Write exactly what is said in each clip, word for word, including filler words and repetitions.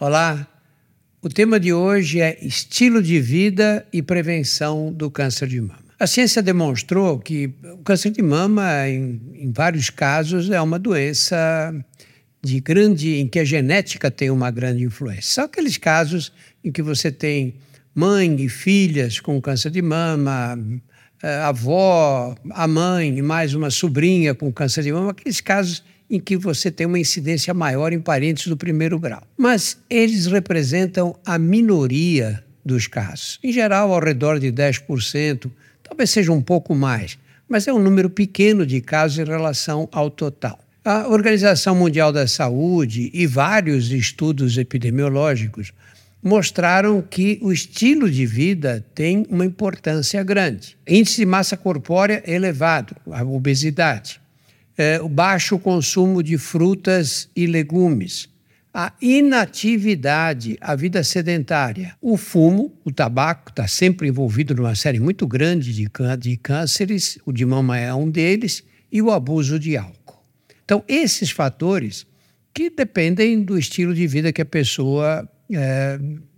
Olá, o tema de hoje é estilo de vida e prevenção do câncer de mama. A ciência demonstrou que o câncer de mama, em, em vários casos, é uma doença de grande, em que a genética tem uma grande influência. São aqueles casos em que você tem mãe e filhas com câncer de mama, a avó, a mãe e mais uma sobrinha com câncer de mama, aqueles casos em que você tem uma incidência maior em parentes do primeiro grau. Mas eles representam a minoria dos casos. Em geral, ao redor de dez por cento, talvez seja um pouco mais, mas é um número pequeno de casos em relação ao total. A Organização Mundial da Saúde e vários estudos epidemiológicos mostraram que o estilo de vida tem uma importância grande. Índice de massa corpórea elevado, a obesidade, é, o baixo consumo de frutas e legumes, a inatividade, a vida sedentária, o fumo, o tabaco está sempre envolvido numa série muito grande de, can- de cânceres, o de mama é um deles, e o abuso de álcool. Então, esses fatores que dependem do estilo de vida que a pessoa é,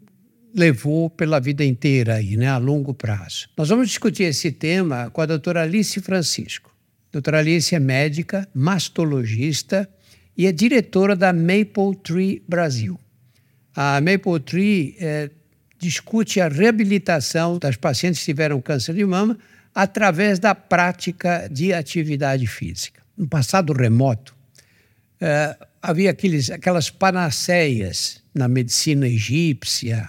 levou pela vida inteira, aí, né, a longo prazo. Nós vamos discutir esse tema com a doutora Alice Francisco. A doutora Alice é médica, mastologista e é diretora da Maple Tree Brasil. A Maple Tree é, discute a reabilitação das pacientes que tiveram câncer de mama através da prática de atividade física. No passado remoto, é, havia aqueles, aquelas panaceias na medicina egípcia,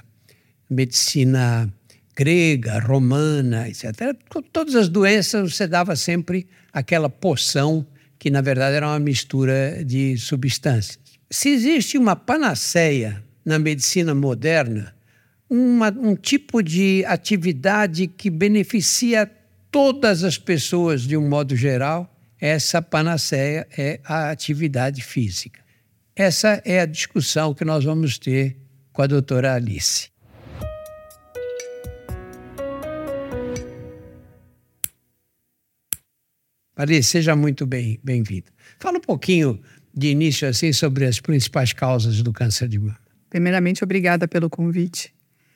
medicina grega, romana, etcétera. Com todas as doenças você dava sempre aquela poção que, na verdade, era uma mistura de substâncias. Se existe uma panaceia na medicina moderna, uma, um tipo de atividade que beneficia todas as pessoas de um modo geral, essa panaceia é a atividade física. Essa é a discussão que nós vamos ter com a doutora Alice. Alice, seja muito bem, bem-vinda. Fala um pouquinho de início assim sobre as principais causas do câncer de mama. Primeiramente, obrigada pelo convite.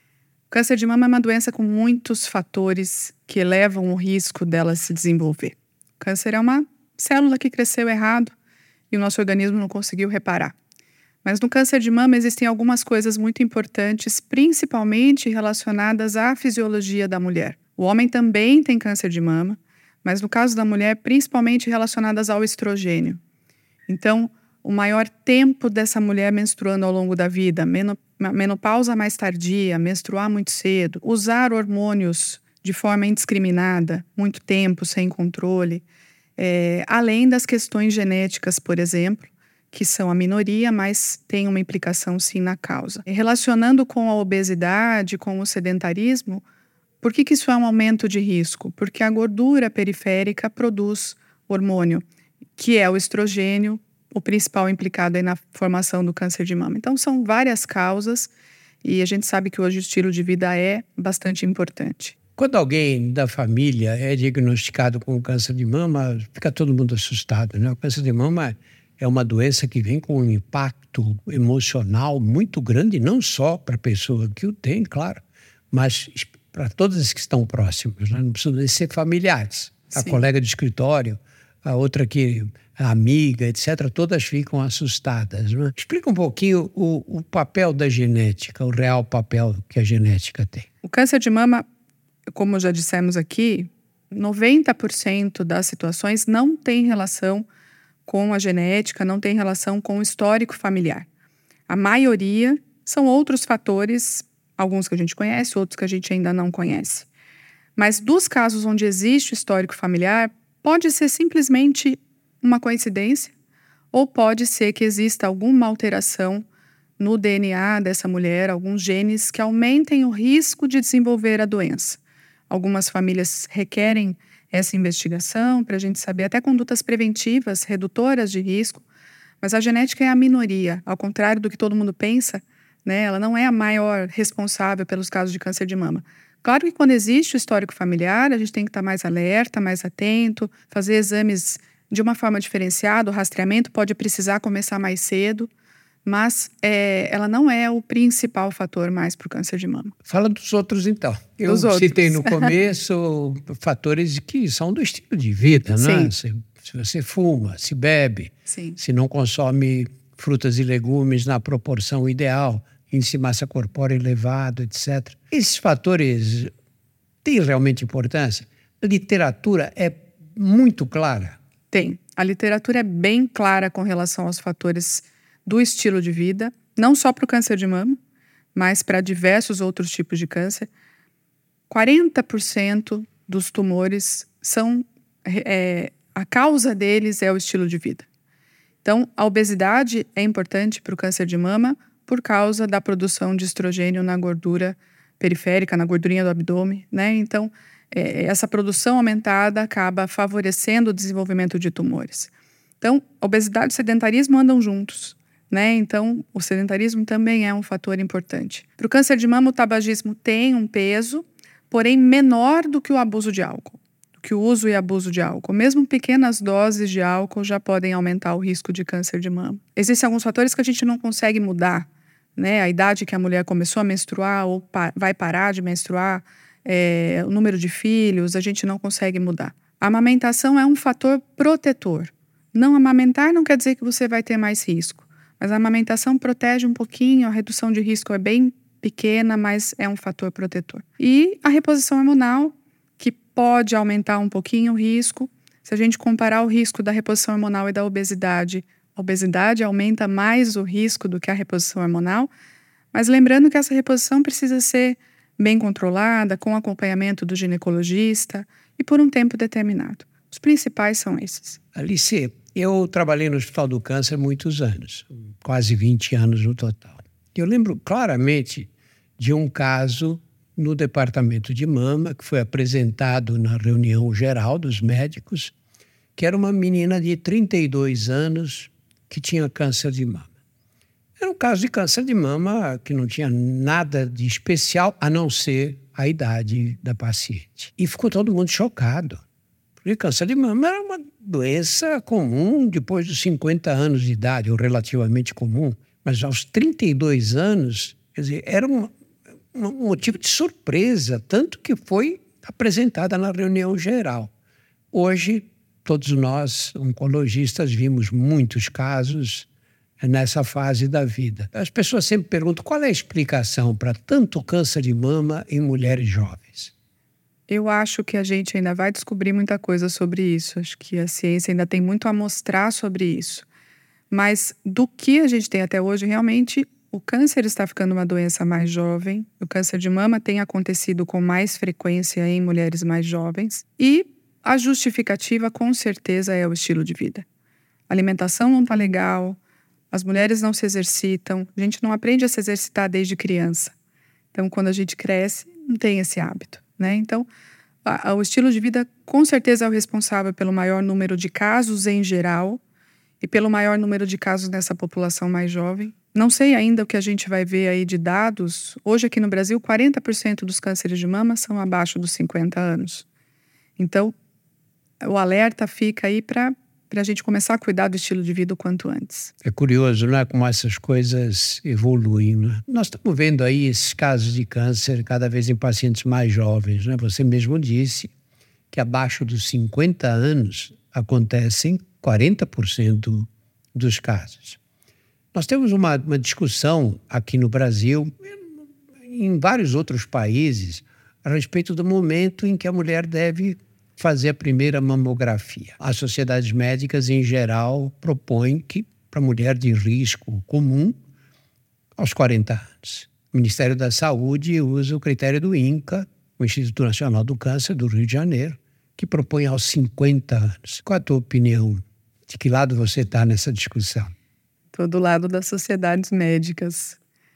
O câncer de mama é uma doença com muitos fatores que elevam o risco dela se desenvolver. O câncer é uma célula que cresceu errado e o nosso organismo não conseguiu reparar. Mas no câncer de mama existem algumas coisas muito importantes, principalmente relacionadas à fisiologia da mulher. O homem também tem câncer de mama, mas no caso da mulher, principalmente relacionadas ao estrogênio. Então, o maior tempo dessa mulher menstruando ao longo da vida, menopausa mais tardia, menstruar muito cedo, usar hormônios de forma indiscriminada, muito tempo, sem controle, é, além das questões genéticas, por exemplo, que são a minoria, mas tem uma implicação sim na causa. E relacionando com a obesidade, com o sedentarismo, por que que isso é um aumento de risco? Porque a gordura periférica produz hormônio, que é o estrogênio, o principal implicado aí na formação do câncer de mama. Então, são várias causas e a gente sabe que hoje o estilo de vida é bastante importante. Quando alguém da família é diagnosticado com câncer de mama, fica todo mundo assustado, né? O câncer de mama é uma doença que vem com um impacto emocional muito grande, não só para a pessoa que o tem, claro, mas para todas as que estão próximas, né? Não precisam nem ser familiares. A Sim. colega de escritório, a outra que a amiga, etcétera, todas ficam assustadas, né? Explica um pouquinho o, o papel da genética, o real papel que a genética tem. O câncer de mama, como já dissemos aqui, noventa por cento das situações não tem relação com a genética, não tem relação com o histórico familiar. A maioria são outros fatores, alguns que a gente conhece, outros que a gente ainda não conhece. Mas dos casos onde existe o histórico familiar, pode ser simplesmente uma coincidência ou pode ser que exista alguma alteração no D N A dessa mulher, alguns genes que aumentem o risco de desenvolver a doença. Algumas famílias requerem essa investigação para a gente saber até condutas preventivas, redutoras de risco, mas a genética é a minoria, ao contrário do que todo mundo pensa, né? Ela não é a maior responsável pelos casos de câncer de mama. Claro que quando existe o histórico familiar, a gente tem que estar mais alerta, mais atento, fazer exames de uma forma diferenciada, o rastreamento pode precisar começar mais cedo, mas é, ela não é o principal fator mais para o câncer de mama. Fala dos outros, então. Eu Dos citei outros. no começo fatores que são do estilo de vida, né? Se, se você fuma, se bebe, Sim. se não consome frutas e legumes na proporção ideal, índice de massa corpórea elevado, etcétera. Esses fatores têm realmente importância? A literatura é muito clara. Tem. A literatura é bem clara com relação aos fatores do estilo de vida, não só para o câncer de mama, mas para diversos outros tipos de câncer. quarenta por cento dos tumores são... É, a causa deles é o estilo de vida. Então, a obesidade é importante para o câncer de mama por causa da produção de estrogênio na gordura periférica, na gordurinha do abdômen, né? Então, é, essa produção aumentada acaba favorecendo o desenvolvimento de tumores. Então, obesidade e sedentarismo andam juntos, né? Então, o sedentarismo também é um fator importante. Para o câncer de mama, o tabagismo tem um peso, porém menor do que o abuso de álcool. Que o uso e abuso de álcool, mesmo pequenas doses de álcool já podem aumentar o risco de câncer de mama. Existem alguns fatores que a gente não consegue mudar, né? A idade que a mulher começou a menstruar ou pa- vai parar de menstruar, é, o número de filhos, a gente não consegue mudar. A amamentação é um fator protetor. Não amamentar não quer dizer que você vai ter mais risco, mas a amamentação protege um pouquinho, a redução de risco é bem pequena, mas é um fator protetor. E a reposição hormonal, que pode aumentar um pouquinho o risco. Se a gente comparar o risco da reposição hormonal e da obesidade, a obesidade aumenta mais o risco do que a reposição hormonal, mas lembrando que essa reposição precisa ser bem controlada, com acompanhamento do ginecologista e por um tempo determinado. Os principais são esses. Alice, eu trabalhei no Hospital do Câncer muitos anos, quase vinte anos no total. Eu lembro claramente de um caso no departamento de mama, que foi apresentado na reunião geral dos médicos, que era uma menina de trinta e dois anos que tinha câncer de mama. Era um caso de câncer de mama que não tinha nada de especial, a não ser a idade da paciente. E ficou todo mundo chocado, porque câncer de mama era uma doença comum depois dos cinquenta anos de idade, ou relativamente comum. Mas aos trinta e dois anos, quer dizer, era uma um motivo de surpresa, tanto que foi apresentada na reunião geral. Hoje, todos nós, oncologistas, vimos muitos casos nessa fase da vida. As pessoas sempre perguntam qual é a explicação para tanto câncer de mama em mulheres jovens. Eu acho que a gente ainda vai descobrir muita coisa sobre isso. Acho que a ciência ainda tem muito a mostrar sobre isso. Mas do que a gente tem até hoje, realmente... O câncer está ficando uma doença mais jovem, o câncer de mama tem acontecido com mais frequência em mulheres mais jovens e a justificativa com certeza é o estilo de vida. A alimentação não está legal, as mulheres não se exercitam, a gente não aprende a se exercitar desde criança. Então, quando a gente cresce, não tem esse hábito, né? Então, a, a, o estilo de vida com certeza é o responsável pelo maior número de casos em geral e pelo maior número de casos nessa população mais jovem. Não sei ainda o que a gente vai ver aí de dados. Hoje aqui no Brasil, quarenta por cento dos cânceres de mama são abaixo dos cinquenta anos. Então, o alerta fica aí para a gente começar a cuidar do estilo de vida o quanto antes. É curioso, né, como essas coisas evoluem, né? Nós estamos vendo aí esses casos de câncer cada vez em pacientes mais jovens, né? Você mesmo disse que abaixo dos cinquenta anos acontecem quarenta por cento dos casos. Nós temos uma, uma discussão aqui no Brasil, em vários outros países, a respeito do momento em que a mulher deve fazer a primeira mamografia. As sociedades médicas, em geral, propõem que, para mulher de risco comum, aos quarenta anos. O Ministério da Saúde usa o critério do INCA, o Instituto Nacional do Câncer do Rio de Janeiro, que propõe aos cinquenta anos. Qual a tua opinião? De que lado você está nessa discussão? Estou do lado das sociedades médicas.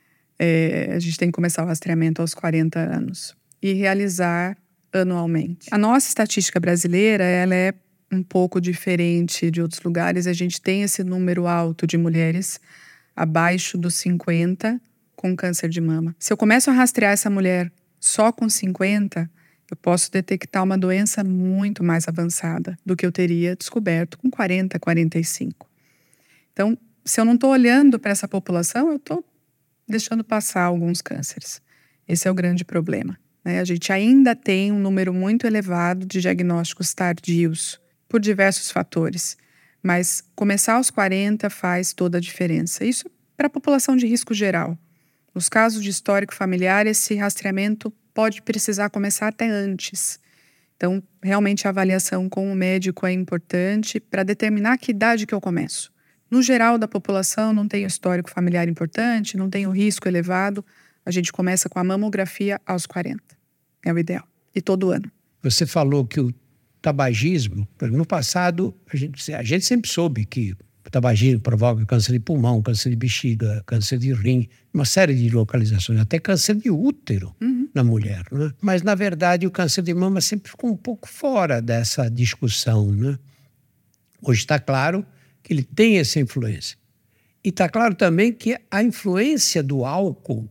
É, a gente tem que começar o rastreamento aos quarenta anos e realizar anualmente. A nossa estatística brasileira, ela é um pouco diferente de outros lugares. A gente tem esse número alto de mulheres abaixo dos cinquenta com câncer de mama. Se eu começo a rastrear essa mulher só com cinquenta, eu posso detectar uma doença muito mais avançada do que eu teria descoberto com quarenta, quarenta e cinco. Então, se eu não estou olhando para essa população, eu estou deixando passar alguns cânceres. Esse é o grande problema, né? A gente ainda tem um número muito elevado de diagnósticos tardios por diversos fatores, mas começar aos quarenta faz toda a diferença. Isso para a população de risco geral. Nos casos de histórico familiar, esse rastreamento pode precisar começar até antes. Então, realmente a avaliação com o médico é importante para determinar que idade que eu começo. No geral da população, não tem histórico familiar importante, não tem o risco elevado. A gente começa com a mamografia aos quarenta. É o ideal. E todo ano. Você falou que o tabagismo, no passado, a gente, a gente sempre soube que o tabagismo provoca câncer de pulmão, câncer de bexiga, câncer de rim, uma série de localizações, até câncer de útero uhum. na mulher. Né? Mas, na verdade, o câncer de mama sempre ficou um pouco fora dessa discussão. Né? Hoje está claro que ele tem essa influência. E está claro também que a influência do álcool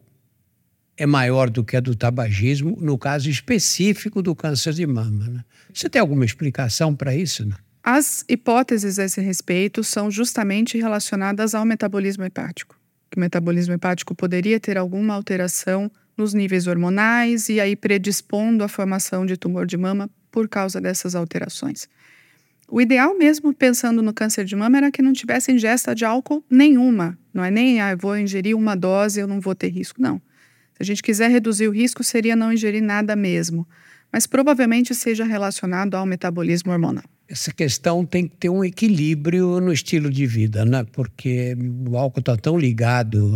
é maior do que a do tabagismo, no caso específico do câncer de mama. Né? Você tem alguma explicação para isso? Né? As hipóteses a esse respeito são justamente relacionadas ao metabolismo hepático. Que o metabolismo hepático poderia ter alguma alteração nos níveis hormonais e aí predispondo à formação de tumor de mama por causa dessas alterações. O ideal mesmo, pensando no câncer de mama, era que não tivesse ingesta de álcool nenhuma. Não é nem, ah, eu vou ingerir uma dose, eu não vou ter risco. Não. Se a gente quiser reduzir o risco, seria não ingerir nada mesmo. Mas provavelmente seja relacionado ao metabolismo hormonal. Essa questão tem que ter um equilíbrio no estilo de vida, né? Porque o álcool está tão ligado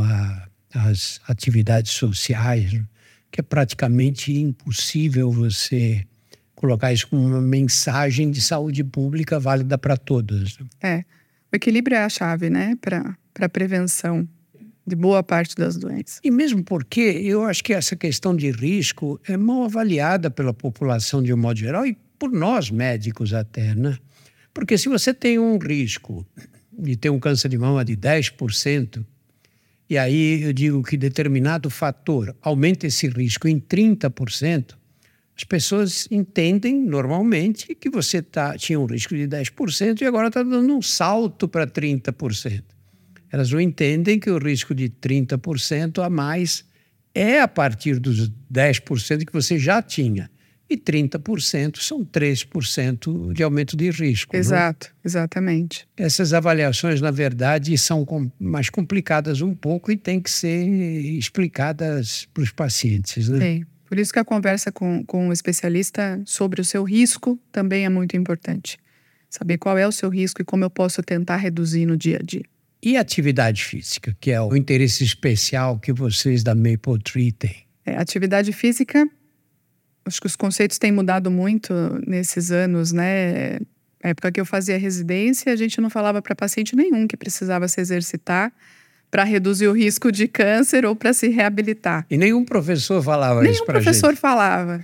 às atividades sociais, né? Que é praticamente impossível você colocar isso como uma mensagem de saúde pública válida para todos. É, o equilíbrio é a chave, né? Para a prevenção de boa parte das doenças. E mesmo porque eu acho que essa questão de risco é mal avaliada pela população de um modo geral e por nós médicos até, né? Porque se você tem um risco de ter um câncer de mama de dez por cento, e aí eu digo que determinado fator aumenta esse risco em trinta por cento, as pessoas entendem normalmente que você tá, tinha um risco de dez por cento e agora está dando um salto para trinta por cento. Elas não entendem que o risco de trinta por cento a mais é a partir dos dez por cento que você já tinha. E trinta por cento são três por cento de aumento de risco. Exato, não? Exatamente. Essas avaliações, na verdade, são com, mais complicadas um pouco e têm que ser explicadas para os pacientes. Né? Sim. Por isso que a conversa com, com o especialista sobre o seu risco também é muito importante. Saber qual é o seu risco e como eu posso tentar reduzir no dia a dia. E a atividade física, que é o interesse especial que vocês da Maple Tree têm? É, atividade física, acho que os conceitos têm mudado muito nesses anos, né? Na época que eu fazia residência, a gente não falava para paciente nenhum que precisava se exercitar para reduzir o risco de câncer ou para se reabilitar. E nenhum professor falava nenhum isso para a gente. Nenhum professor falava,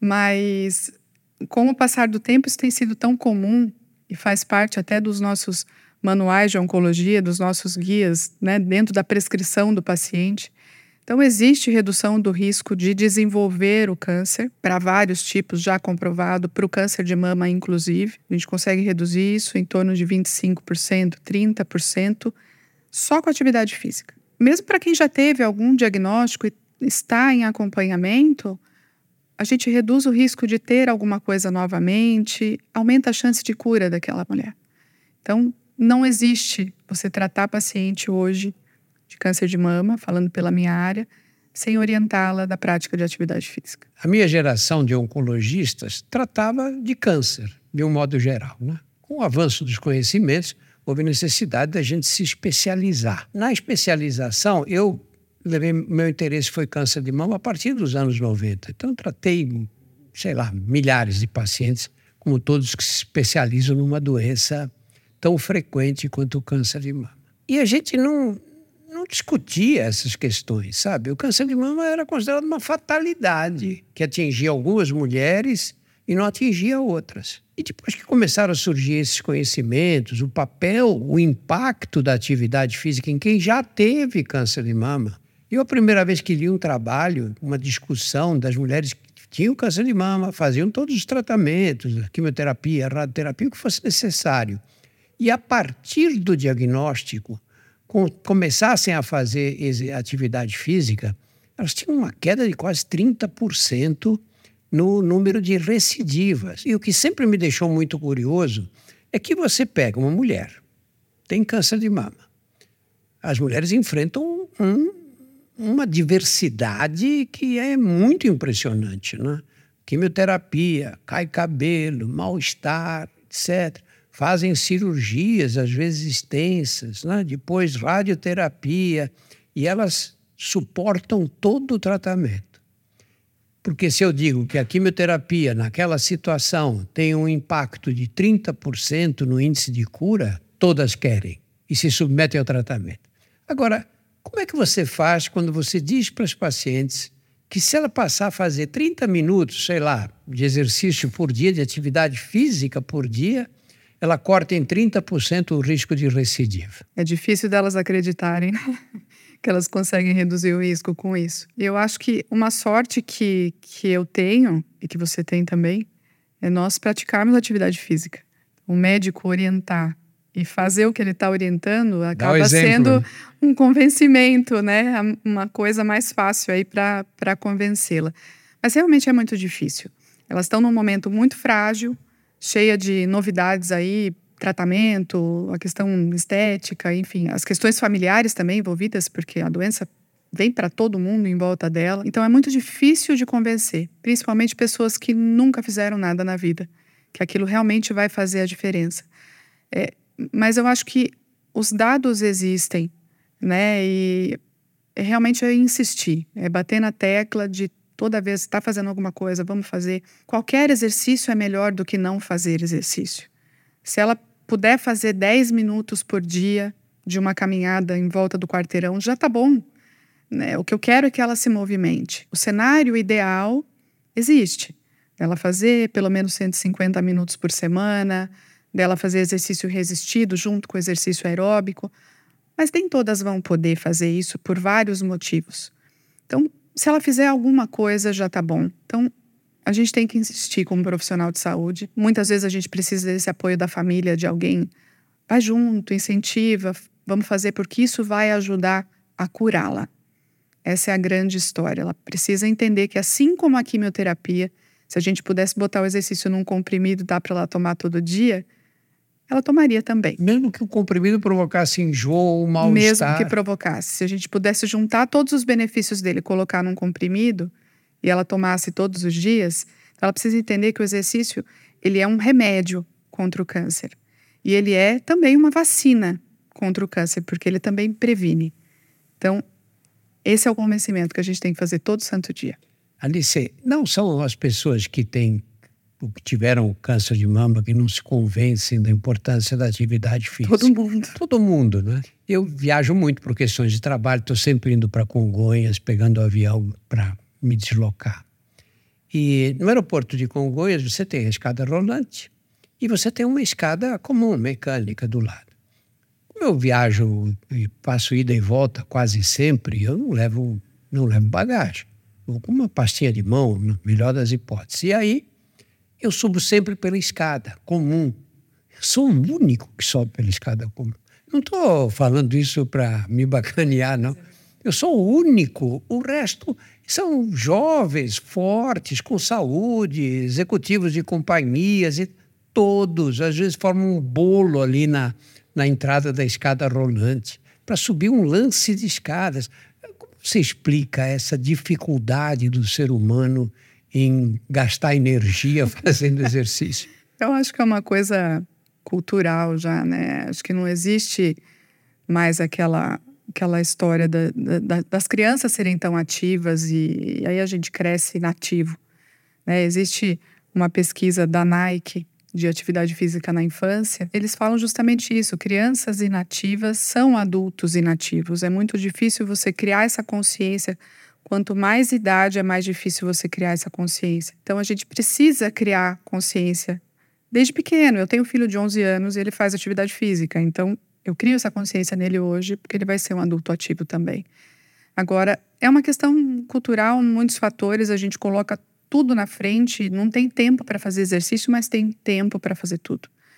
mas com o passar do tempo isso tem sido tão comum e faz parte até dos nossos manuais de oncologia, dos nossos guias, né, dentro da prescrição do paciente. Então existe redução do risco de desenvolver o câncer para vários tipos, já comprovado, para o câncer de mama inclusive. A gente consegue reduzir isso em torno de vinte e cinco por cento, trinta por cento, só com atividade física. Mesmo para quem já teve algum diagnóstico e está em acompanhamento, a gente reduz o risco de ter alguma coisa novamente, aumenta a chance de cura daquela mulher. Então, não existe você tratar paciente hoje de câncer de mama, falando pela minha área, sem orientá-la da prática de atividade física. A minha geração de oncologistas tratava de câncer, de um modo geral, né? Com o avanço dos conhecimentos, houve necessidade da gente se especializar. Na especialização, eu levei, meu interesse foi câncer de mama a partir dos anos noventa. Então, eu tratei, sei lá, milhares de pacientes, como todos que se especializam numa doença tão frequente quanto o câncer de mama. E a gente não, não discutia essas questões, sabe? O câncer de mama era considerado uma fatalidade que atingia algumas mulheres e não atingia outras. E depois que começaram a surgir esses conhecimentos, o papel, o impacto da atividade física em quem já teve câncer de mama. Eu, a primeira vez que li um trabalho, uma discussão das mulheres que tinham câncer de mama, faziam todos os tratamentos, a quimioterapia, a radioterapia, o que fosse necessário. E a partir do diagnóstico, com, começassem a fazer atividade física, elas tinham uma queda de quase trinta por cento no número de recidivas. E o que sempre me deixou muito curioso é que você pega uma mulher, tem câncer de mama. As mulheres enfrentam um, uma diversidade que é muito impressionante, né? Quimioterapia, cai cabelo, mal-estar, etcétera. Fazem cirurgias, às vezes extensas, né? Depois radioterapia, e elas suportam todo o tratamento. Porque se eu digo que a quimioterapia, naquela situação, tem um impacto de trinta por cento no índice de cura, todas querem e se submetem ao tratamento. Agora, como é que você faz quando você diz para as pacientes que se ela passar a fazer trinta minutos, sei lá, de exercício por dia, de atividade física por dia, ela corta em trinta por cento o risco de recidiva? É difícil delas acreditarem, né? Que elas conseguem reduzir o risco com isso. E eu acho que uma sorte que, que eu tenho, e que você tem também, é nós praticarmos atividade física. O médico orientar e fazer o que ele está orientando acaba exemplo, sendo né? um convencimento, né? Uma coisa mais fácil aí para para convencê-la. Mas realmente é muito difícil. Elas estão num momento muito frágil, cheia de novidades aí, tratamento, a questão estética, enfim, as questões familiares também envolvidas, porque a doença vem para todo mundo em volta dela. Então é muito difícil de convencer, principalmente pessoas que nunca fizeram nada na vida, que aquilo realmente vai fazer a diferença. É, mas eu acho que os dados existem, né? E é realmente é insistir, é bater na tecla de toda vez que está fazendo alguma coisa, vamos fazer. Qualquer exercício é melhor do que não fazer exercício. Se ela puder fazer dez minutos por dia de uma caminhada em volta do quarteirão, já tá bom, né? O que eu quero é que ela se movimente. O cenário ideal existe. Ela fazer pelo menos cento e cinquenta minutos por semana, dela fazer exercício resistido junto com exercício aeróbico, mas nem todas vão poder fazer isso por vários motivos. Então, se ela fizer alguma coisa, já tá bom. Então, a gente tem que insistir como profissional de saúde. Muitas vezes a gente precisa desse apoio da família, de alguém. Vai junto, incentiva, vamos fazer porque isso vai ajudar a curá-la. Essa é a grande história. Ela precisa entender que assim como a quimioterapia, se a gente pudesse botar o exercício num comprimido, dá para ela tomar todo dia, ela tomaria também. Mesmo que o comprimido provocasse enjoo, mal-estar. Mesmo que provocasse. Se a gente pudesse juntar todos os benefícios dele, colocar num comprimido, e ela tomasse todos os dias, ela precisa entender que o exercício ele é um remédio contra o câncer. E ele é também uma vacina contra o câncer, porque ele também previne. Então, esse é o convencimento que a gente tem que fazer todo santo dia. Alice, não são as pessoas que têm, que tiveram câncer de mama que não se convencem da importância da atividade física. Todo mundo. Todo mundo, né? Eu viajo muito por questões de trabalho, estou sempre indo para Congonhas, pegando o avião para me deslocar. E no aeroporto de Congonhas você tem a escada rolante e você tem uma escada comum, mecânica, do lado. Como eu viajo e passo ida e volta quase sempre, eu não levo, não levo bagagem. Vou com uma pastinha de mão, no melhor das hipóteses. E aí eu subo sempre pela escada comum. Eu sou o único que sobe pela escada comum. Não estou falando isso para me bacanear, não. Eu sou o único. O resto são jovens, fortes, com saúde, executivos de companhias, e todos, às vezes, formam um bolo ali na, na entrada da escada rolante para subir um lance de escadas. Como você explica essa dificuldade do ser humano em gastar energia fazendo exercício? Eu acho que é uma coisa cultural já, né? Acho que não existe mais aquela... aquela história da, da, das crianças serem tão ativas e, e aí a gente cresce inativo, né? Existe uma pesquisa da Nike de atividade física na infância, eles falam justamente isso, crianças inativas são adultos inativos, é muito difícil você criar essa consciência, quanto mais idade é mais difícil você criar essa consciência, então a gente precisa criar consciência desde pequeno. Eu tenho um filho de onze anos e ele faz atividade física, então eu crio essa consciência nele hoje, porque ele vai ser um adulto ativo também. Agora, é uma questão cultural, muitos fatores, a gente coloca tudo na frente, não tem tempo para fazer exercício, mas tem tempo para fazer tudo.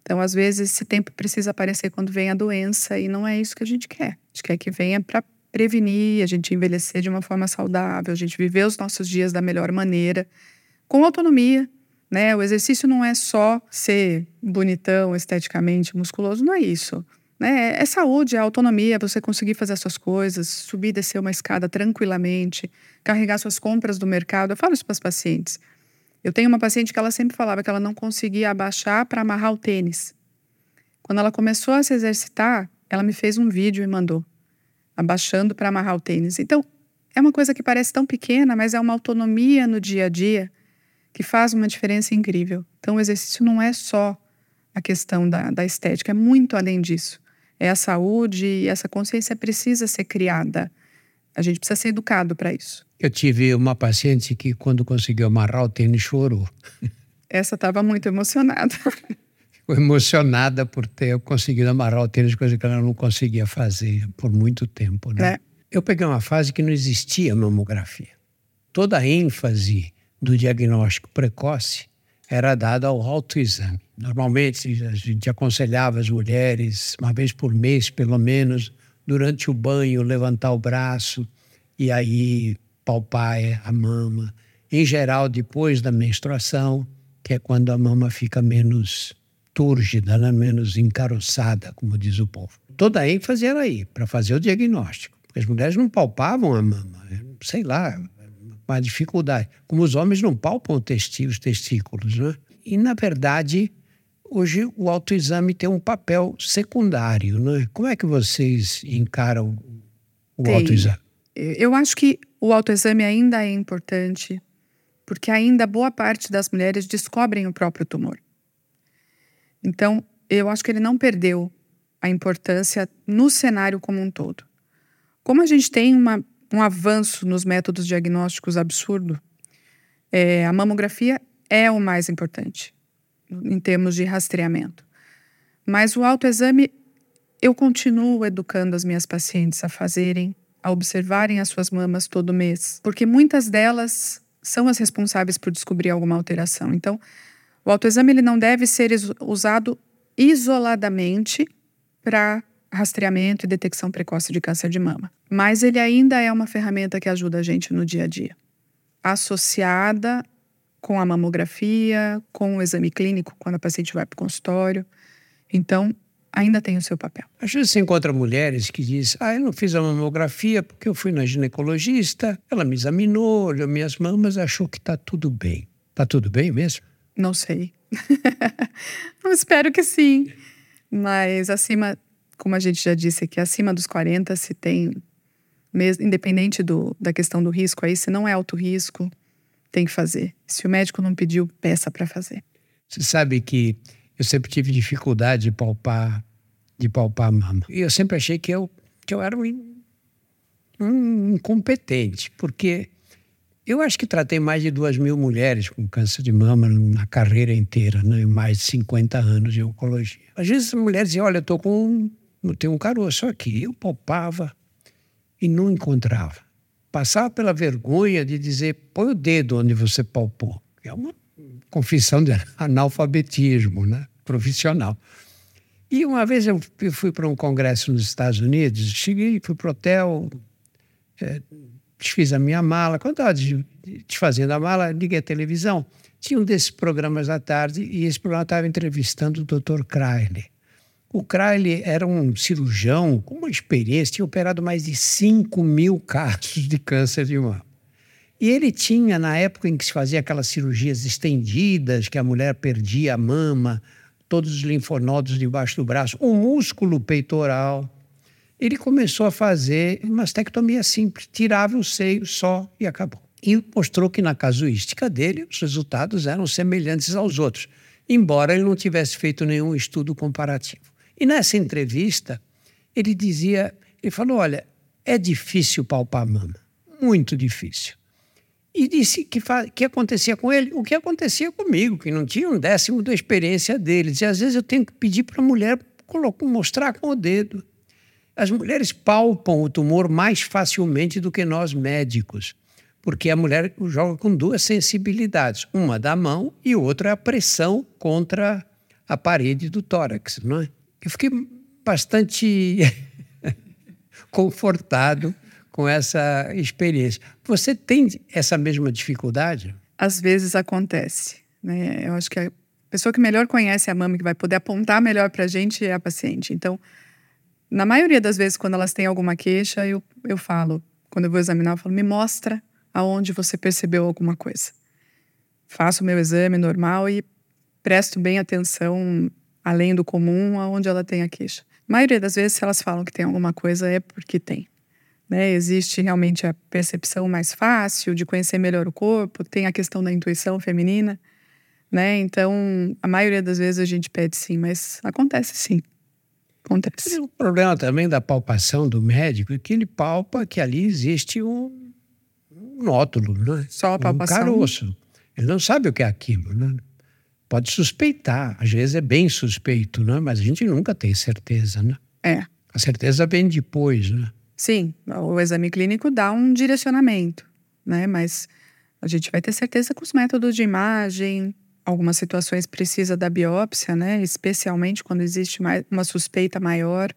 Então, às vezes, esse tempo precisa aparecer quando vem a doença e não é isso que a gente quer. A gente quer que venha para prevenir, a gente envelhecer de uma forma saudável, a gente viver os nossos dias da melhor maneira, com autonomia, né? O exercício não é só ser bonitão, esteticamente, musculoso, não é isso, né? É saúde, é autonomia, você conseguir fazer as suas coisas, subir e descer uma escada tranquilamente, carregar suas compras do mercado. Eu falo isso para as pacientes. Eu tenho uma paciente que ela sempre falava que ela não conseguia abaixar para amarrar o tênis. Quando ela começou a se exercitar, ela me fez um vídeo e mandou, abaixando para amarrar o tênis. Então, é uma coisa que parece tão pequena, mas é uma autonomia no dia a dia que faz uma diferença incrível. Então, o exercício não é só a questão da, da estética, é muito além disso. É a saúde e essa consciência precisa ser criada. A gente precisa ser educado para isso. Eu tive uma paciente que, quando conseguiu amarrar o tênis, chorou. Essa estava muito emocionada. Ficou emocionada por ter conseguido amarrar o tênis, coisa que ela não conseguia fazer por muito tempo, né? É. Eu peguei uma fase que não existia mamografia. Toda a ênfase do diagnóstico precoce era dada ao autoexame. Normalmente, a gente aconselhava as mulheres, uma vez por mês, pelo menos, durante o banho, levantar o braço e aí palpar a mama. Em geral, depois da menstruação, que é quando a mama fica menos túrgida, né? Menos encaroçada, como diz o povo. Toda a ênfase era aí, para fazer o diagnóstico. Porque as mulheres não palpavam a mama, sei lá, uma dificuldade. Como os homens não palpam os testículos, né? E, na verdade, hoje o autoexame tem um papel secundário, né? Como é que vocês encaram o Tem. autoexame? Eu acho que o autoexame ainda é importante, porque ainda boa parte das mulheres descobrem o próprio tumor. Então, eu acho que ele não perdeu a importância no cenário como um todo. Como a gente tem uma, um avanço nos métodos diagnósticos absurdo, é, a mamografia é o mais importante em termos de rastreamento. Mas o autoexame, eu continuo educando as minhas pacientes a fazerem, a observarem as suas mamas todo mês, porque muitas delas são as responsáveis por descobrir alguma alteração. Então, o autoexame ele não deve ser usado isoladamente para rastreamento e detecção precoce de câncer de mama. Mas ele ainda é uma ferramenta que ajuda a gente no dia a dia, associada com a mamografia, com o exame clínico, quando a paciente vai para o consultório. Então, ainda tem o seu papel. Às vezes você encontra mulheres que dizem, ah, eu não fiz a mamografia porque eu fui na ginecologista, ela me examinou, olhou minhas mamas, achou que está tudo bem. Está tudo bem mesmo? Não sei. Eu espero que sim. Mas acima, como a gente já disse aqui, acima dos quarenta se tem, mesmo, independente do, da questão do risco aí, se não é alto risco, tem que fazer. Se o médico não pediu, peça para fazer. Você sabe que eu sempre tive dificuldade de palpar, de palpar a mama. E eu sempre achei que eu, que eu era um, um incompetente, porque eu acho que tratei mais de duas mil mulheres com câncer de mama na carreira inteira, né? Mais de cinquenta anos de oncologia. Às vezes as mulheres diziam, olha, eu tô com, eu tenho um caroço aqui. Eu palpava e não encontrava. Passava pela vergonha de dizer, põe o dedo onde você palpou. É uma confissão de analfabetismo, né? Profissional. E uma vez eu fui para um congresso nos Estados Unidos, cheguei, fui para o hotel, é, desfiz a minha mala. Quando estava desfazendo a mala, liguei a televisão. Tinha um desses programas da tarde e esse programa estava entrevistando o doutor Crowley. O Crowley era um cirurgião com uma experiência, tinha operado mais de cinco mil casos de câncer de mama. E ele tinha, na época em que se fazia aquelas cirurgias estendidas, que a mulher perdia a mama, todos os linfonodos debaixo do braço, o músculo peitoral, ele começou a fazer uma mastectomia simples, tirava o seio só e acabou. E mostrou que na casuística dele os resultados eram semelhantes aos outros, embora ele não tivesse feito nenhum estudo comparativo. E nessa entrevista, ele dizia, ele falou, olha, é difícil palpar a mama, muito difícil. E disse que, que acontecia com ele o que acontecia comigo, que não tinha um décimo da experiência dele. E às vezes eu tenho que pedir para a mulher colocar, mostrar com o dedo. As mulheres palpam o tumor mais facilmente do que nós médicos, porque a mulher joga com duas sensibilidades, uma da mão e outra é a pressão contra a parede do tórax, não é? Eu fiquei bastante confortado com essa experiência. Você tem essa mesma dificuldade? Às vezes acontece, né? Eu acho que a pessoa que melhor conhece a mama, que vai poder apontar melhor para a gente, é a paciente. Então, na maioria das vezes, quando elas têm alguma queixa, eu, eu falo, quando eu vou examinar, eu falo, me mostra aonde você percebeu alguma coisa. Faço o meu exame normal e presto bem atenção, além do comum, aonde ela tem a queixa. A maioria das vezes, se elas falam que tem alguma coisa, é porque tem. Né? Existe realmente a percepção mais fácil de conhecer melhor o corpo, tem a questão da intuição feminina, né? Então, a maioria das vezes a gente pede sim, mas acontece sim. Acontece. Tem um problema também da palpação do médico, que ele palpa que ali existe um, um nódulo, né? Só a palpação? Um caroço. Ele não sabe o que é aquilo, né? Pode suspeitar, às vezes é bem suspeito, né? Mas a gente nunca tem certeza, né? É. A certeza vem depois, né? Sim, o exame clínico dá um direcionamento, né? Mas a gente vai ter certeza com os métodos de imagem. Algumas situações precisa da biópsia, né? Especialmente quando existe mais, uma suspeita maior.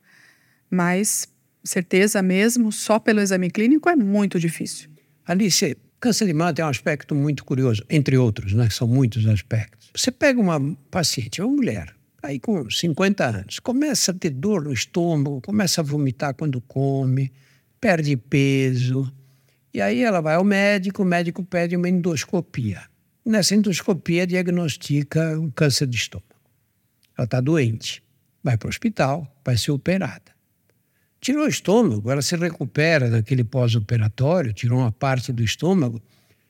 Mas certeza mesmo, só pelo exame clínico, é muito difícil. Alice, câncer de mama tem um aspecto muito curioso, entre outros, né? São muitos aspectos. Você pega uma paciente, uma mulher, aí com cinquenta anos, começa a ter dor no estômago, começa a vomitar quando come, perde peso. E aí ela vai ao médico, o médico pede uma endoscopia. Nessa endoscopia diagnostica um câncer de estômago. Ela está doente, vai para o hospital, vai ser operada. Tirou o estômago, ela se recupera naquele pós-operatório, tirou uma parte do estômago,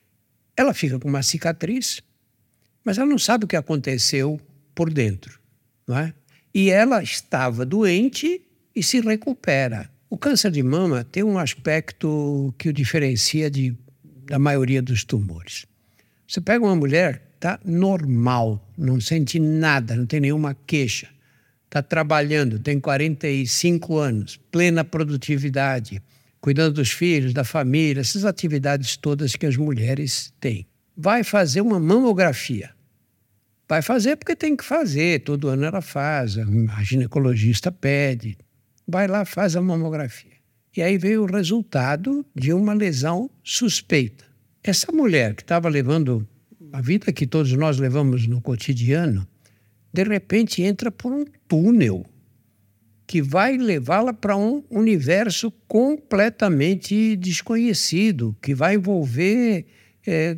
ela fica com uma cicatriz, mas ela não sabe o que aconteceu por dentro, não é? E ela estava doente e se recupera. O câncer de mama tem um aspecto que o diferencia de, da maioria dos tumores. Você pega uma mulher, está normal, não sente nada, não tem nenhuma queixa. Está trabalhando, tem quarenta e cinco anos, plena produtividade, cuidando dos filhos, da família, essas atividades todas que as mulheres têm. Vai fazer uma mamografia. Vai fazer porque tem que fazer, todo ano ela faz, a ginecologista pede. Vai lá, faz a mamografia. E aí veio o resultado de uma lesão suspeita. Essa mulher que estava levando a vida que todos nós levamos no cotidiano, de repente entra por um túnel que vai levá-la para um universo completamente desconhecido, que vai envolver é,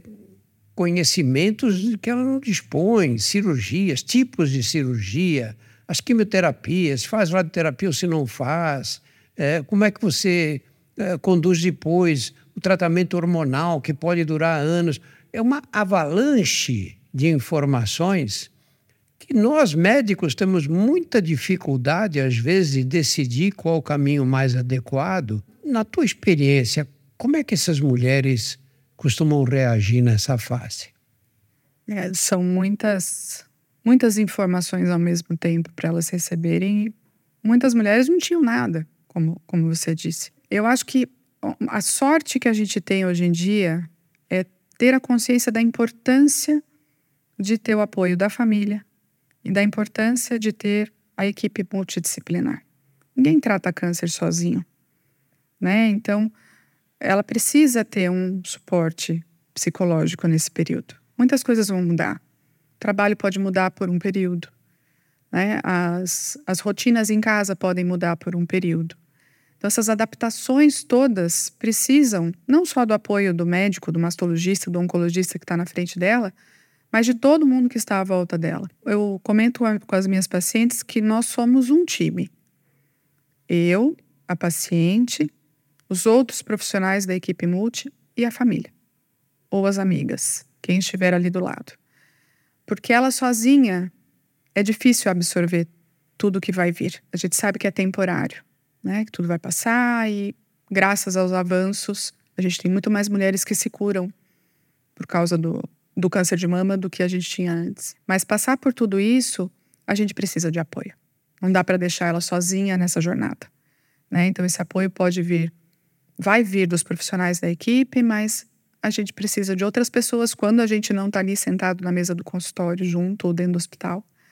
conhecimentos que ela não dispõe, cirurgias, tipos de cirurgia, as quimioterapias, faz radioterapia ou se não faz, é, como é que você é, conduz depois o tratamento hormonal, que pode durar anos. É uma avalanche de informações que nós, médicos, temos muita dificuldade, às vezes, de decidir qual o caminho mais adequado. Na tua experiência, como é que essas mulheres costumam reagir nessa fase? É, são muitas, muitas informações ao mesmo tempo para elas receberem. E muitas mulheres não tinham nada, como, como você disse. Eu acho que a sorte que a gente tem hoje em dia é ter a consciência da importância de ter o apoio da família e da importância de ter a equipe multidisciplinar. Ninguém trata câncer sozinho, né? Então, ela precisa ter um suporte psicológico nesse período. Muitas coisas vão mudar. O trabalho pode mudar por um período, né? As, as rotinas em casa podem mudar por um período. Então, essas adaptações todas precisam não só do apoio do médico, do mastologista, do oncologista que está na frente dela, mas de todo mundo que está à volta dela. Eu comento com as minhas pacientes que nós somos um time. Eu, a paciente, os outros profissionais da equipe multi e a família. Ou as amigas, quem estiver ali do lado. Porque ela sozinha é difícil absorver tudo que vai vir. A gente sabe que é temporário, né? Que tudo vai passar e, graças aos avanços, a gente tem muito mais mulheres que se curam por causa do, do câncer de mama do que a gente tinha antes. Mas passar por tudo isso, a gente precisa de apoio. Não dá para deixar ela sozinha nessa jornada, né? Então, esse apoio pode vir, vai vir dos profissionais da equipe, mas a gente precisa de outras pessoas quando a gente não está ali sentado na mesa do consultório junto ou dentro do hospital,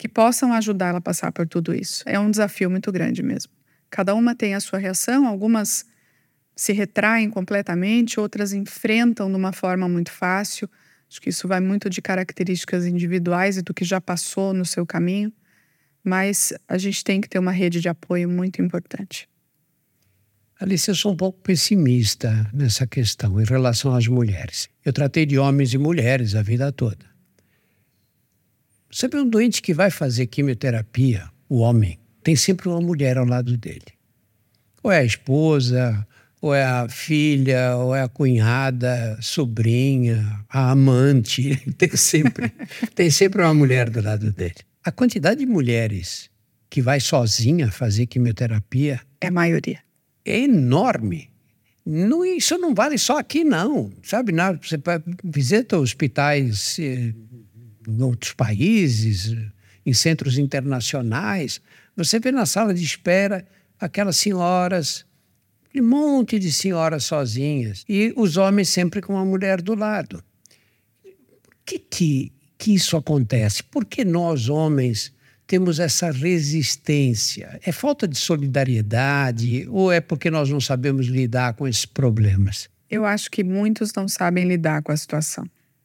que possam ajudar ela a passar por tudo isso. É um desafio muito grande mesmo. Cada uma tem a sua reação, algumas se retraem completamente, outras enfrentam de uma forma muito fácil. Acho que isso vai muito de características individuais e do que já passou no seu caminho, mas a gente tem que ter uma rede de apoio muito importante. Alice, eu sou um pouco pessimista nessa questão em relação às mulheres. Eu tratei de homens e mulheres a vida toda. Sempre um doente que vai fazer quimioterapia, o homem, tem sempre uma mulher ao lado dele. Ou é a esposa, ou é a filha, ou é a cunhada, sobrinha, a amante. Tem sempre, tem sempre uma mulher do lado dele. A quantidade de mulheres que vai sozinha fazer quimioterapia É a maioria. é enorme. Não, isso não vale só aqui, não. Sabe, na, você visita hospitais eh, em outros países, em centros internacionais, você vê na sala de espera aquelas senhoras, um monte de senhoras sozinhas, e os homens sempre com uma mulher do lado. Por que, que, que isso acontece? Por que nós, homens, temos essa resistência? É falta de solidariedade ou é porque nós não sabemos lidar com esses problemas? Eu acho que muitos não sabem lidar com a situação.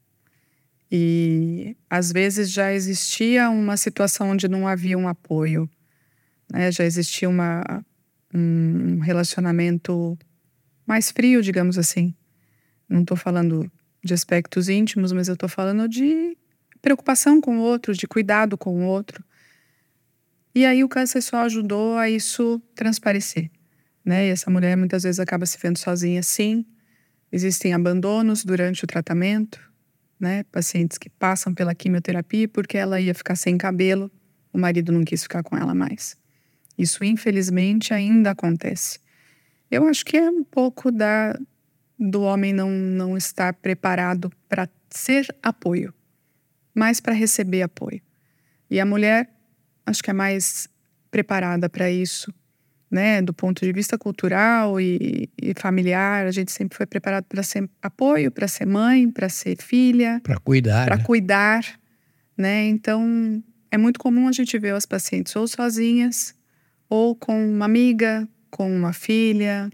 E às vezes já existia uma situação onde não havia um apoio, né? Já existia uma, um relacionamento mais frio, digamos assim. Não estou falando de aspectos íntimos, mas eu estou falando de preocupação com o outro, de cuidado com o outro. E aí o câncer só ajudou a isso transparecer, né? E essa mulher muitas vezes acaba se vendo sozinha, sim. Existem abandonos durante o tratamento, né? Pacientes que passam pela quimioterapia porque ela ia ficar sem cabelo, o marido não quis ficar com ela mais. Isso, infelizmente, ainda acontece. Eu acho que é um pouco da, do homem não, não estar preparado para ser apoio, mas para receber apoio. E a mulher, acho que é mais preparada para isso, né? Do ponto de vista cultural e, e familiar, a gente sempre foi preparado para ser apoio, para ser mãe, para ser filha, para cuidar, para né? cuidar, né? Então, é muito comum a gente ver as pacientes ou sozinhas, ou com uma amiga, com uma filha,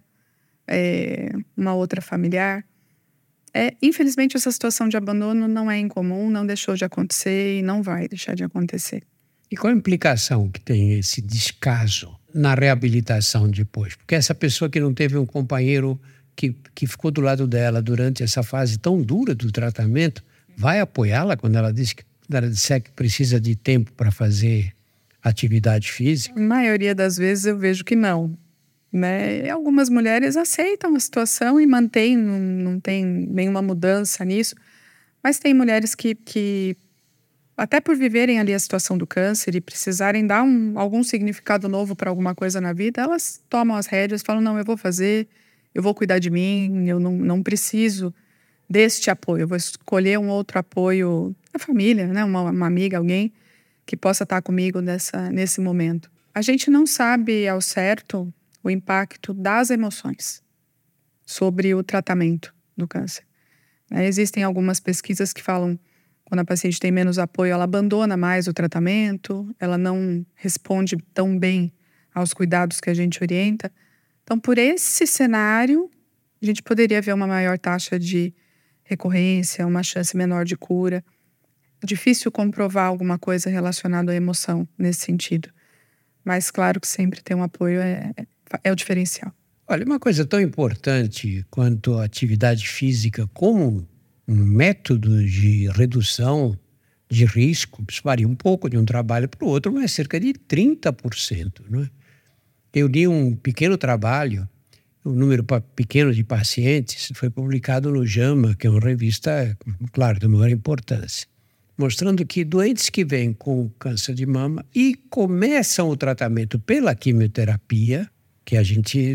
é, uma outra familiar. É, infelizmente, essa situação de abandono não é incomum, não deixou de acontecer e não vai deixar de acontecer. E qual a implicação que tem esse descaso na reabilitação depois? Porque essa pessoa que não teve um companheiro que, que ficou do lado dela durante essa fase tão dura do tratamento, vai apoiá-la quando ela, diz que, quando ela disser que precisa de tempo para fazer atividade física? Na maioria das vezes eu vejo que não, né? Algumas mulheres aceitam a situação e mantêm, não, não tem nenhuma mudança nisso, mas tem mulheres que, que até por viverem ali a situação do câncer e precisarem dar um, algum significado novo para alguma coisa na vida, elas tomam as rédeas e falam, não, eu vou fazer, eu vou cuidar de mim, eu não, não preciso deste apoio, eu vou escolher um outro apoio da família, né? uma, uma amiga, alguém que possa estar comigo nessa, nesse momento. A gente não sabe ao certo o impacto das emoções sobre o tratamento do câncer. Né? Existem algumas pesquisas que falam quando a paciente tem menos apoio, ela abandona mais o tratamento, ela não responde tão bem aos cuidados que a gente orienta. Então, por esse cenário, a gente poderia ver uma maior taxa de recorrência, uma chance menor de cura. É difícil comprovar alguma coisa relacionada à emoção nesse sentido. Mas claro que sempre ter um apoio é, é, é o diferencial. Olha, uma coisa tão importante quanto a atividade física como um método de redução de risco, isso varia um pouco de um trabalho para o outro, mas cerca de trinta por cento. Não é? Eu li um pequeno trabalho, um número pequeno de pacientes, foi publicado no JAMA, que é uma revista, claro, de maior importância, mostrando que doentes que vêm com câncer de mama e começam o tratamento pela quimioterapia, que a gente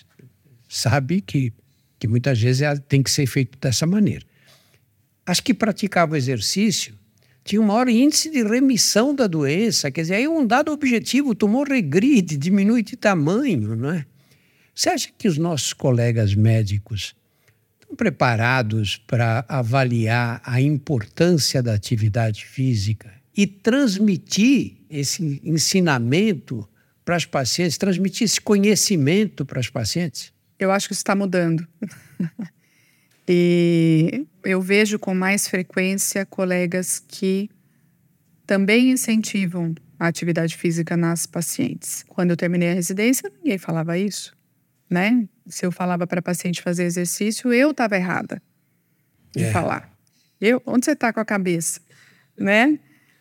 sabe que, que muitas vezes tem que ser feito dessa maneira. As que praticavam exercício tinham um maior índice de remissão da doença, quer dizer, aí um dado objetivo, o tumor regride, diminui de tamanho, não é? Você acha que os nossos colegas médicos estão preparados para avaliar a importância da atividade física e transmitir esse ensinamento para as pacientes, transmitir esse conhecimento para as pacientes? Eu acho que isso está mudando. E eu vejo com mais frequência colegas que também incentivam a atividade física nas pacientes. Quando eu terminei a residência, ninguém falava isso, né? Se eu falava para a paciente fazer exercício, eu estava errada em É. falar. Eu, onde você está com a cabeça, né?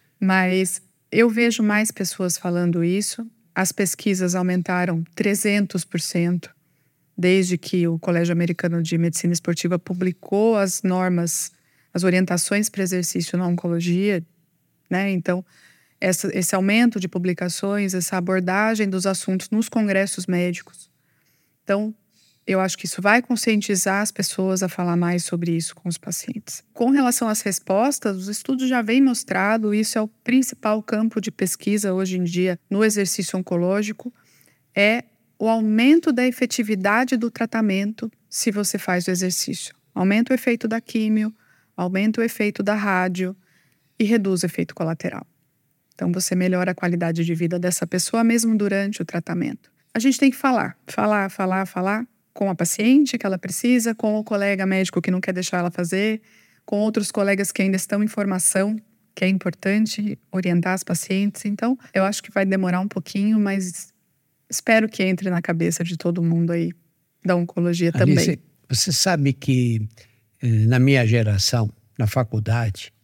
Mas eu vejo mais pessoas falando isso. As pesquisas aumentaram trezentos por cento desde que o Colégio Americano de Medicina Esportiva publicou as normas, as orientações para exercício na oncologia, né? Então, essa, esse aumento de publicações, essa abordagem dos assuntos nos congressos médicos. Então, eu acho que isso vai conscientizar as pessoas a falar mais sobre isso com os pacientes. Com relação às respostas, os estudos já vêm mostrado, isso é o principal campo de pesquisa hoje em dia no exercício oncológico, é o aumento da efetividade do tratamento se você faz o exercício. Aumenta o efeito da químio, aumenta o efeito da rádio e reduz o efeito colateral. Então, você melhora a qualidade de vida dessa pessoa mesmo durante o tratamento. A gente tem que falar, falar, falar, falar com a paciente que ela precisa, com o colega médico que não quer deixar ela fazer, com outros colegas que ainda estão em formação, que é importante orientar as pacientes. Então, eu acho que vai demorar um pouquinho, mas espero que entre na cabeça de todo mundo aí da oncologia também. Alice, você sabe que na minha geração, na faculdade,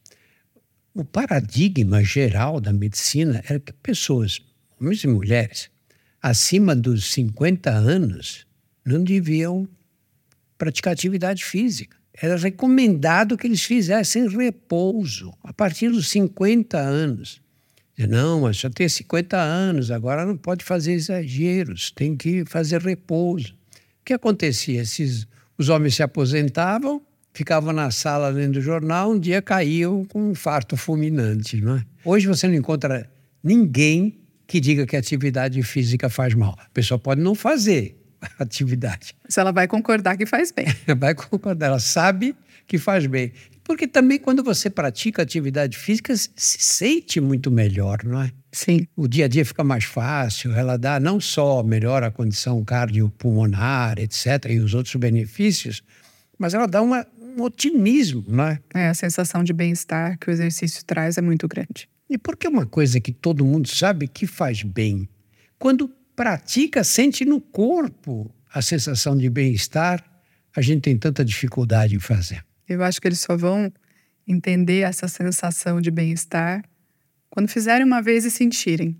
o paradigma geral da medicina era que pessoas, homens e mulheres, acima dos cinquenta anos, não deviam praticar atividade física. Era recomendado que eles fizessem repouso a partir dos cinquenta anos. Não, mas já tem cinquenta anos, agora não pode fazer exageros, tem que fazer repouso. O que acontecia? Esses, os homens se aposentavam, ficavam na sala lendo o jornal, um dia caíam com um infarto fulminante, não é? Hoje você não encontra ninguém que diga que a atividade física faz mal. A pessoa pode não fazer atividade. Se ela vai concordar que faz bem. Vai concordar, ela sabe que faz bem. Porque também quando você pratica atividade física, se sente muito melhor, não é? Sim. O dia a dia fica mais fácil, ela dá não só melhora a condição cardiopulmonar, etcétera, e os outros benefícios, mas ela dá uma, um otimismo, não é? É, a sensação de bem-estar que o exercício traz é muito grande. E porque é uma coisa que todo mundo sabe que faz bem. Quando pratica, sente no corpo a sensação de bem-estar, a gente tem tanta dificuldade em fazer. Eu acho que eles só vão entender essa sensação de bem-estar quando fizerem uma vez e sentirem.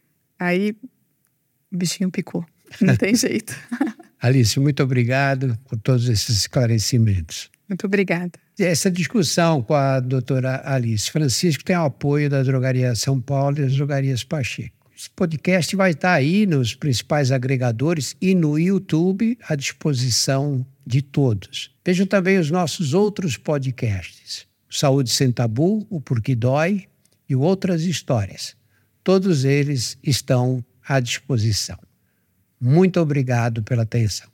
Aí o bichinho picou. Não tem jeito. Alice, muito obrigado por todos esses esclarecimentos. Muito obrigada. Essa discussão com a doutora Alice Francisco tem o apoio da Drogaria São Paulo e das Drogarias Pacheco. Esse podcast vai estar aí nos principais agregadores e no YouTube à disposição de todos. Vejam também os nossos outros podcasts. Saúde Sem Tabu, o Porquê Dói e Outras Histórias. Todos eles estão à disposição. Muito obrigado pela atenção.